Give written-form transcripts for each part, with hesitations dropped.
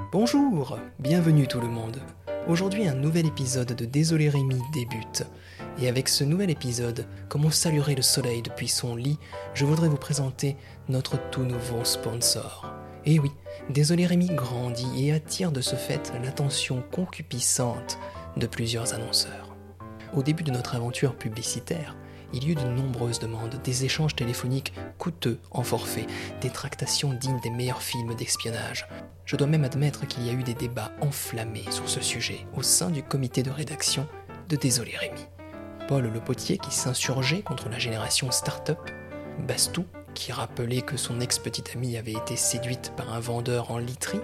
Bonjour, bienvenue tout le monde. Aujourd'hui un nouvel épisode de Désolé Rémi débute. Et avec ce nouvel épisode, comme on saluerait le soleil depuis son lit, je voudrais vous présenter notre tout nouveau sponsor. Et oui, Désolé Rémi grandit et attire de ce fait l'attention concupiscente de plusieurs annonceurs. Au début de notre aventure publicitaire, il y eut de nombreuses demandes, des échanges téléphoniques coûteux en forfait, des tractations dignes des meilleurs films d'espionnage. Je dois même admettre qu'il y a eu des débats enflammés sur ce sujet au sein du comité de rédaction de Désolé Rémi. Paul Le Potier qui s'insurgeait contre la génération start-up, Bastou qui rappelait que son ex-petite amie avait été séduite par un vendeur en literie,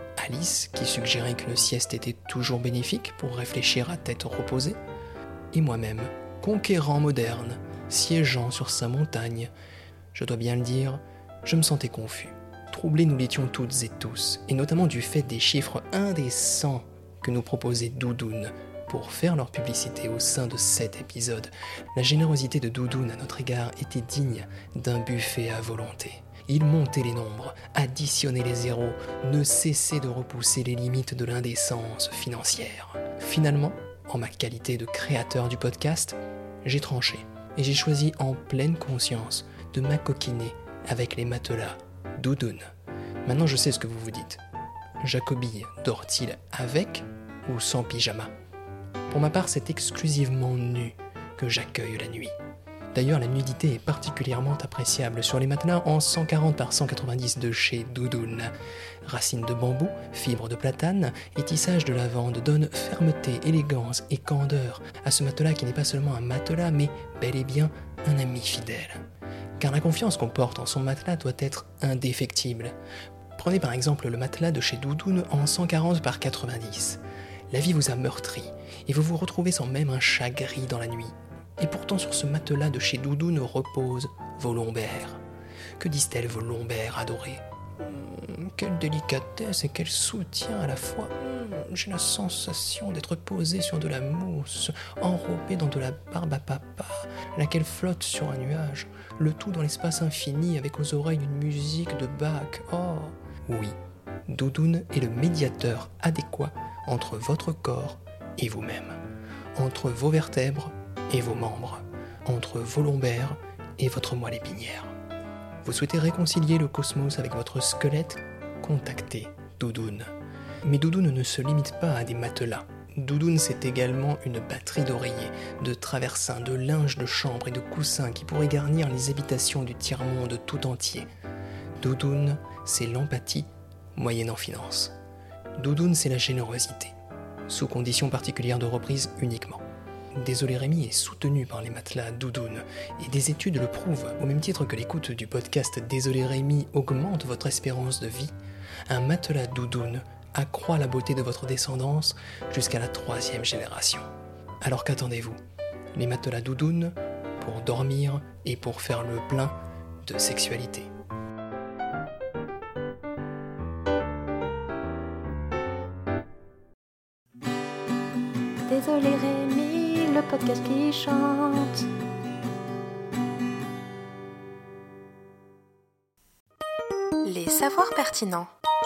Alice qui suggérait qu'une sieste était toujours bénéfique pour réfléchir à tête reposée, et moi-même, conquérant moderne, siégeant sur sa montagne. Je dois bien le dire, je me sentais confus. Troublés nous l'étions toutes et tous, et notamment du fait des chiffres indécents que nous proposait Doudoune pour faire leur publicité au sein de cet épisode. La générosité de Doudoune à notre égard était digne d'un buffet à volonté. Il montait les nombres, additionnait les zéros, ne cessait de repousser les limites de l'indécence financière. Finalement, en ma qualité de créateur du podcast, j'ai tranché et j'ai choisi en pleine conscience de m'acoquiner avec les matelas Doudoune. Maintenant je sais ce que vous vous dites. Jacobi dort-il avec ou sans pyjama ? Pour ma part, c'est exclusivement nu que j'accueille la nuit. D'ailleurs, la nudité est particulièrement appréciable sur les matelas en 140 par 190 de chez Doudoune. Racines de bambou, fibres de platane et tissage de lavande donnent fermeté, élégance et candeur à ce matelas qui n'est pas seulement un matelas, mais bel et bien un ami fidèle. Car la confiance qu'on porte en son matelas doit être indéfectible. Prenez par exemple le matelas de chez Doudoune en 140 par 90. La vie vous a meurtri et vous vous retrouvez sans même un chat gris dans la nuit. Et pourtant sur ce matelas de chez Doudoune reposent vos lombaires. Que disent-elles vos lombaires adorés ? Quelle délicatesse et quel soutien à la fois. J'ai la sensation d'être posé sur de la mousse, enrobé dans de la barbe à papa, laquelle flotte sur un nuage, le tout dans l'espace infini avec aux oreilles une musique de Bach. Oh oui, Doudoune est le médiateur adéquat entre votre corps et vous-même, entre vos vertèbres et vos membres, entre vos lombaires et votre moelle épinière. Vous souhaitez réconcilier le cosmos avec votre squelette ? Contactez Doudoune. Mais Doudoune ne se limite pas à des matelas. Doudoune, c'est également une batterie d'oreillers, de traversins, de linge de chambre et de coussins qui pourraient garnir les habitations du tiers-monde tout entier. Doudoune, c'est l'empathie, moyennant finance. Doudoune, c'est la générosité, sous conditions particulières de reprise uniquement. Désolé Rémi est soutenu par les matelas Doudoune et des études le prouvent, au même titre que l'écoute du podcast Désolé Rémi augmente votre espérance de vie. Un matelas Doudoune accroît la beauté de votre descendance jusqu'à la 3e génération. Alors qu'attendez-vous ? Les matelas Doudoune pour dormir et pour faire le plein de sexualité. Désolé Rémi, le podcast qui chante. Les savoirs pertinents.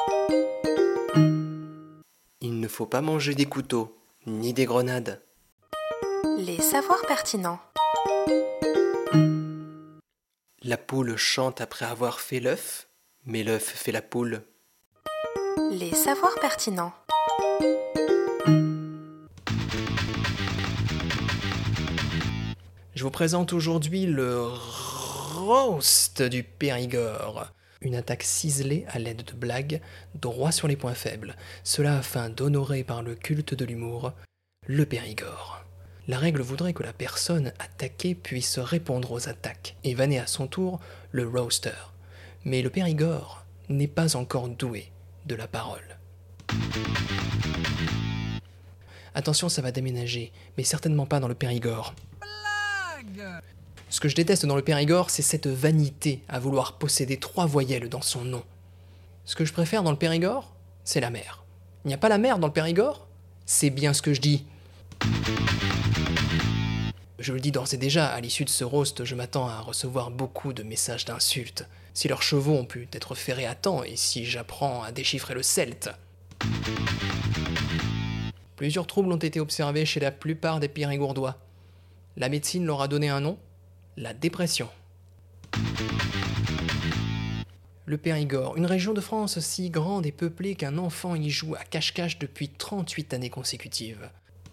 Il ne faut pas manger des couteaux, ni des grenades. Les savoirs pertinents. La poule chante après avoir fait l'œuf, mais l'œuf fait la poule. Les savoirs pertinents. Je vous présente aujourd'hui le roast du Périgord. Une attaque ciselée à l'aide de blagues, droit sur les points faibles. Cela afin d'honorer par le culte de l'humour le Périgord. La règle voudrait que la personne attaquée puisse répondre aux attaques et vanner à son tour le roaster. Mais le Périgord n'est pas encore doué de la parole. Attention, ça va déménager, mais certainement pas dans le Périgord. Ce que je déteste dans le Périgord, c'est cette vanité à vouloir posséder 3 voyelles dans son nom. Ce que je préfère dans le Périgord, c'est la mer. Il n'y a pas la mer dans le Périgord ? C'est bien ce que je dis. Je le dis d'ores et déjà, à l'issue de ce roast, je m'attends à recevoir beaucoup de messages d'insultes. Si leurs chevaux ont pu être ferrés à temps et si j'apprends à déchiffrer le celte. Plusieurs troubles ont été observés chez la plupart des Périgourdois. La médecine leur a donné un nom, la dépression. Le Périgord, une région de France si grande et peuplée qu'un enfant y joue à cache-cache depuis 38 années consécutives.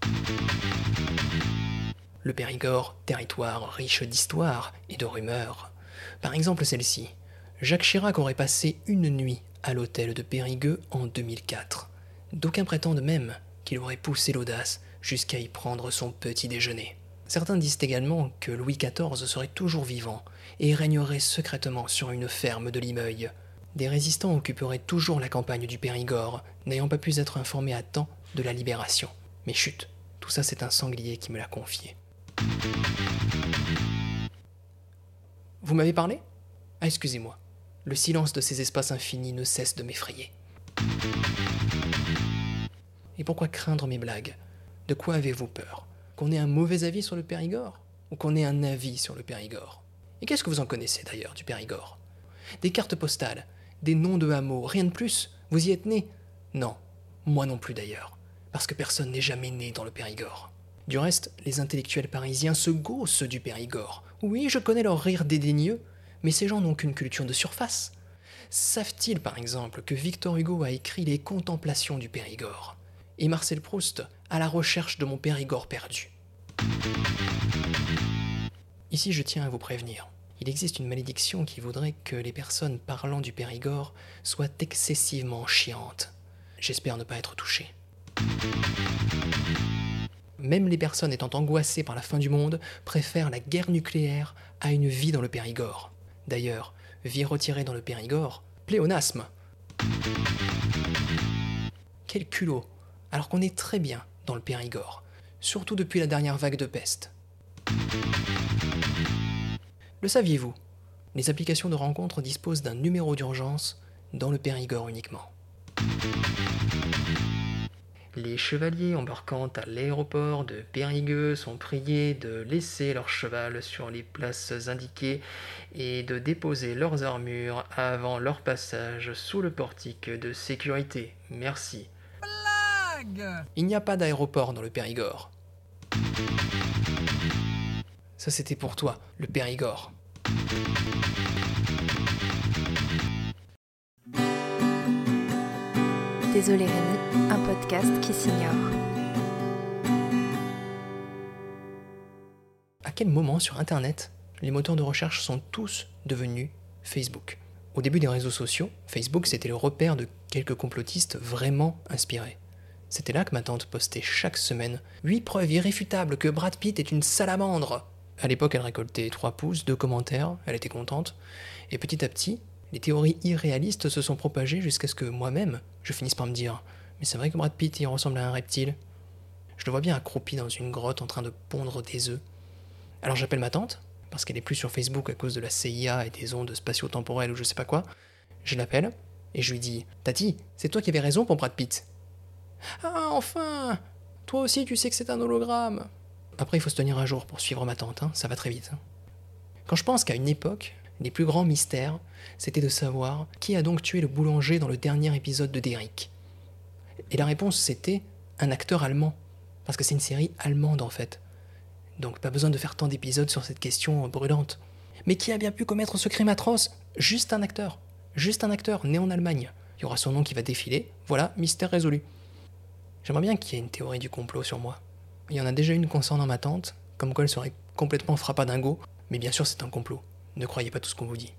Le Périgord, territoire riche d'histoire et de rumeurs. Par exemple celle-ci. Jacques Chirac aurait passé une nuit à l'hôtel de Périgueux en 2004. D'aucuns prétendent même qu'il aurait poussé l'audace jusqu'à y prendre son petit déjeuner. Certains disent également que Louis XIV serait toujours vivant et régnerait secrètement sur une ferme de Limeuil. Des résistants occuperaient toujours la campagne du Périgord, n'ayant pas pu être informés à temps de la libération. Mais chut, tout ça c'est un sanglier qui me l'a confié. Vous m'avez parlé ? Ah, excusez-moi. Le silence de ces espaces infinis ne cesse de m'effrayer. Et pourquoi craindre mes blagues ? De quoi avez-vous peur ? Qu'on ait un mauvais avis sur le Périgord ? Ou qu'on ait un avis sur le Périgord ? Et qu'est-ce que vous en connaissez d'ailleurs du Périgord ? Des cartes postales, des noms de hameaux, rien de plus. Vous y êtes né ? Non, moi non plus d'ailleurs, parce que personne n'est jamais né dans le Périgord. Du reste, les intellectuels parisiens se gaussent du Périgord. Oui, je connais leur rire dédaigneux, mais ces gens n'ont qu'une culture de surface. Savent-ils par exemple que Victor Hugo a écrit les Contemplations du Périgord ? Et Marcel Proust à la recherche de mon Périgord perdu. Ici, je tiens à vous prévenir. Il existe une malédiction qui voudrait que les personnes parlant du Périgord soient excessivement chiantes. J'espère ne pas être touché. Même les personnes étant angoissées par la fin du monde préfèrent la guerre nucléaire à une vie dans le Périgord. D'ailleurs, vie retirée dans le Périgord, pléonasme. Quel culot, alors qu'on est très bien dans le Périgord, surtout depuis la dernière vague de peste. Le saviez-vous ? Les applications de rencontres disposent d'un numéro d'urgence dans le Périgord uniquement. Les chevaliers embarquant à l'aéroport de Périgueux sont priés de laisser leur cheval sur les places indiquées et de déposer leurs armures avant leur passage sous le portique de sécurité. Merci. Blague ! Il n'y a pas d'aéroport dans le Périgord. Ça c'était pour toi, le Périgord. Désolé Rémi, un podcast qui s'ignore. À quel moment sur Internet, les moteurs de recherche sont tous devenus Facebook ? Au début des réseaux sociaux, Facebook c'était le repère de quelques complotistes vraiment inspirés. C'était là que ma tante postait chaque semaine 8 preuves irréfutables que Brad Pitt est une salamandre. À l'époque, elle récoltait 3 pouces, 2 commentaires, elle était contente. Et petit à petit, les théories irréalistes se sont propagées jusqu'à ce que moi-même, je finisse par me dire « Mais c'est vrai que Brad Pitt, il ressemble à un reptile ?» Je le vois bien accroupi dans une grotte en train de pondre des œufs. Alors j'appelle ma tante, parce qu'elle est plus sur Facebook à cause de la CIA et des ondes spatio-temporelles ou je sais pas quoi. Je l'appelle, et je lui dis « Tati, c'est toi qui avais raison pour Brad Pitt !»« Ah, enfin ! Toi aussi tu sais que c'est un hologramme !» Après, il faut se tenir à jour pour suivre ma tante, hein, ça va très vite. Quand je pense qu'à une époque, les plus grands mystères, c'était de savoir qui a donc tué le boulanger dans le dernier épisode de Derrick. Et la réponse, c'était un acteur allemand, parce que c'est une série allemande en fait. Donc pas besoin de faire tant d'épisodes sur cette question brûlante. Mais qui a bien pu commettre ce crime atroce ? Juste un acteur, né en Allemagne. Il y aura son nom qui va défiler, voilà, mystère résolu. J'aimerais bien qu'il y ait une théorie du complot sur moi. Il y en a déjà une concernant ma tante, comme quoi elle serait complètement frappadingo, mais bien sûr c'est un complot. Ne croyez pas tout ce qu'on vous dit.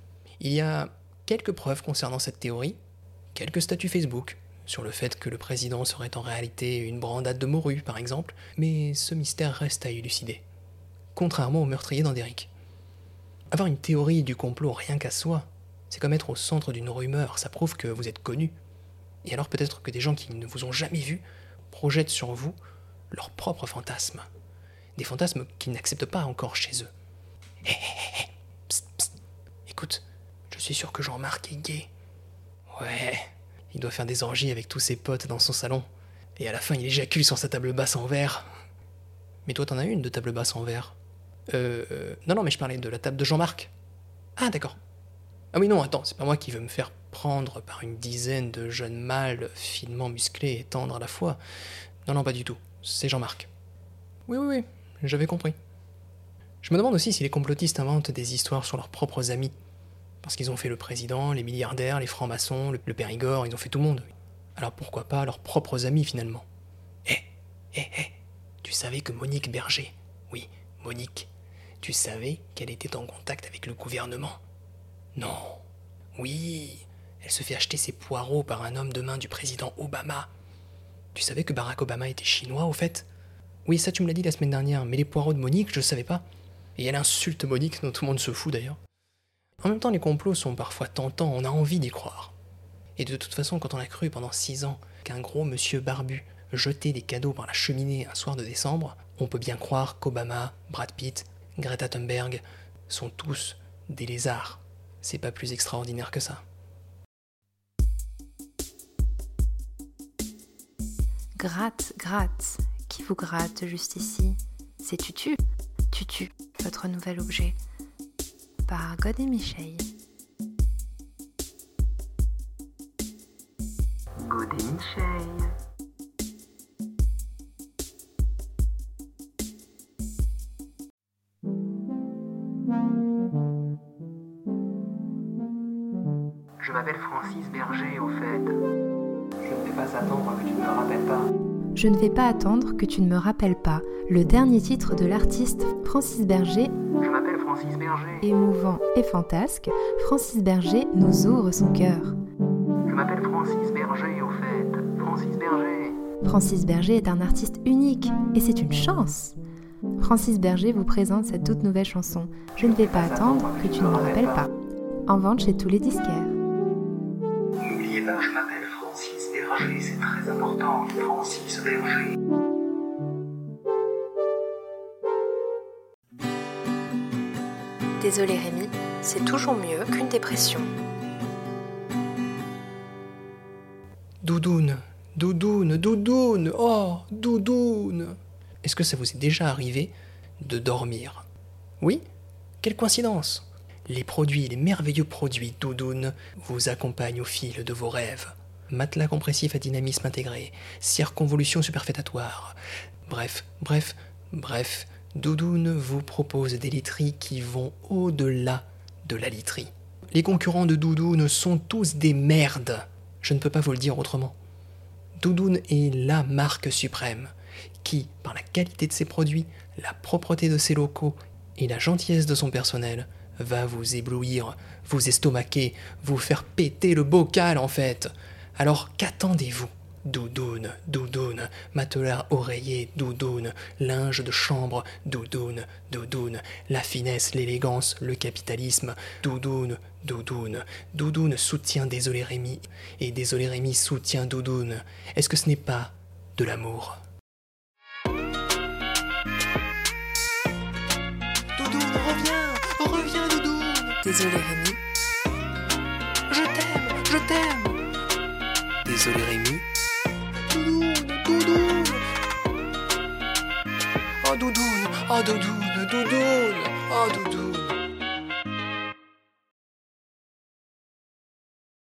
Il y a quelques preuves concernant cette théorie, quelques statuts Facebook, sur le fait que le président serait en réalité une brandade de morue, par exemple, mais ce mystère reste à élucider. Contrairement au meurtrier dans Derrick. Avoir une théorie du complot rien qu'à soi, c'est comme être au centre d'une rumeur, ça prouve que vous êtes connu. Et alors peut-être que des gens qui ne vous ont jamais vu projettent sur vous leurs propres fantasmes. Des fantasmes qu'ils n'acceptent pas encore chez eux. Hé, hé, hé, psst, psst. Écoute, je suis sûr que Jean-Marc est gay. Ouais, il doit faire des orgies avec tous ses potes dans son salon. Et à la fin, il éjacule sur sa table basse en verre. Mais toi, t'en as une de table basse en verre. Non, mais je parlais de la table de Jean-Marc. Ah, d'accord. Ah oui, non, attends, c'est pas moi qui veux me faire prendre par une dizaine de jeunes mâles finement musclés et tendres à la fois. Non, non, pas du tout. C'est Jean-Marc. Oui, j'avais compris. Je me demande aussi si les complotistes inventent des histoires sur leurs propres amis. Parce qu'ils ont fait le président, les milliardaires, les francs-maçons, le Périgord, ils ont fait tout le monde. Alors pourquoi pas leurs propres amis finalement? Hé, tu savais que Monique Berger, oui, Monique, tu savais qu'elle était en contact avec le gouvernement? Non. Oui, elle se fait acheter ses poireaux par un homme de main du président Obama. Tu savais que Barack Obama était chinois au fait? Oui, ça tu me l'as dit la semaine dernière, mais les poireaux de Monique, je savais pas. Et elle insulte Monique, dont tout le monde se fout d'ailleurs. En même temps, les complots sont parfois tentants, on a envie d'y croire. Et de toute façon, quand on a cru pendant 6 ans qu'un gros monsieur barbu jetait des cadeaux par la cheminée un soir de décembre, on peut bien croire qu'Obama, Brad Pitt, Greta Thunberg sont tous des lézards. C'est pas plus extraordinaire que ça. Gratte, qui vous gratte juste ici? C'est Tutu, votre nouvel objet. Par God et Michel. God et Michel. Je m'appelle Francis Berger, au fait. Je ne vais pas attendre que tu ne me rappelles pas. Je ne vais pas attendre que tu ne me rappelles pas. Le dernier titre de l'artiste Francis Berger. Je m'appelle Francis Berger. Émouvant et fantasque, Francis Berger nous ouvre son cœur. Je m'appelle Francis Berger, au fait. Francis Berger. Francis Berger est un artiste unique et c'est une chance. Francis Berger vous présente sa toute nouvelle chanson « Je ne vais pas attendre que tu ne me rappelles pas » en vente chez tous les disquaires. N'oubliez pas, je m'appelle Francis Berger, c'est très important, Francis Berger. Désolé Rémi, c'est toujours mieux qu'une dépression. Doudoune, oh, doudoune. Est-ce que ça vous est déjà arrivé de dormir? Oui? Quelle coïncidence! Les merveilleux produits Doudoune vous accompagnent au fil de vos rêves. Matelas compressif à dynamisme intégré, circonvolution superfétatoire. Bref, Doudoune vous propose des literies qui vont au-delà de la literie. Les concurrents de Doudoune sont tous des merdes. Je ne peux pas vous le dire autrement. Doudoune est la marque suprême qui, par la qualité de ses produits, la propreté de ses locaux et la gentillesse de son personnel, va vous éblouir, vous estomaquer, vous faire péter le bocal en fait. Alors qu'attendez-vous? Doudoune, matelas oreiller, doudoune, linge de chambre, doudoune, la finesse, l'élégance, le capitalisme, doudoune soutient Désolé Rémi, et Désolé Rémi soutient Doudoune. Est-ce que ce n'est pas de l'amour? Doudoune, reviens Doudoune. Désolé Rémi. Je t'aime. Désolé Rémi. Doudoune. Oh Doudoune. Oh Doudoune.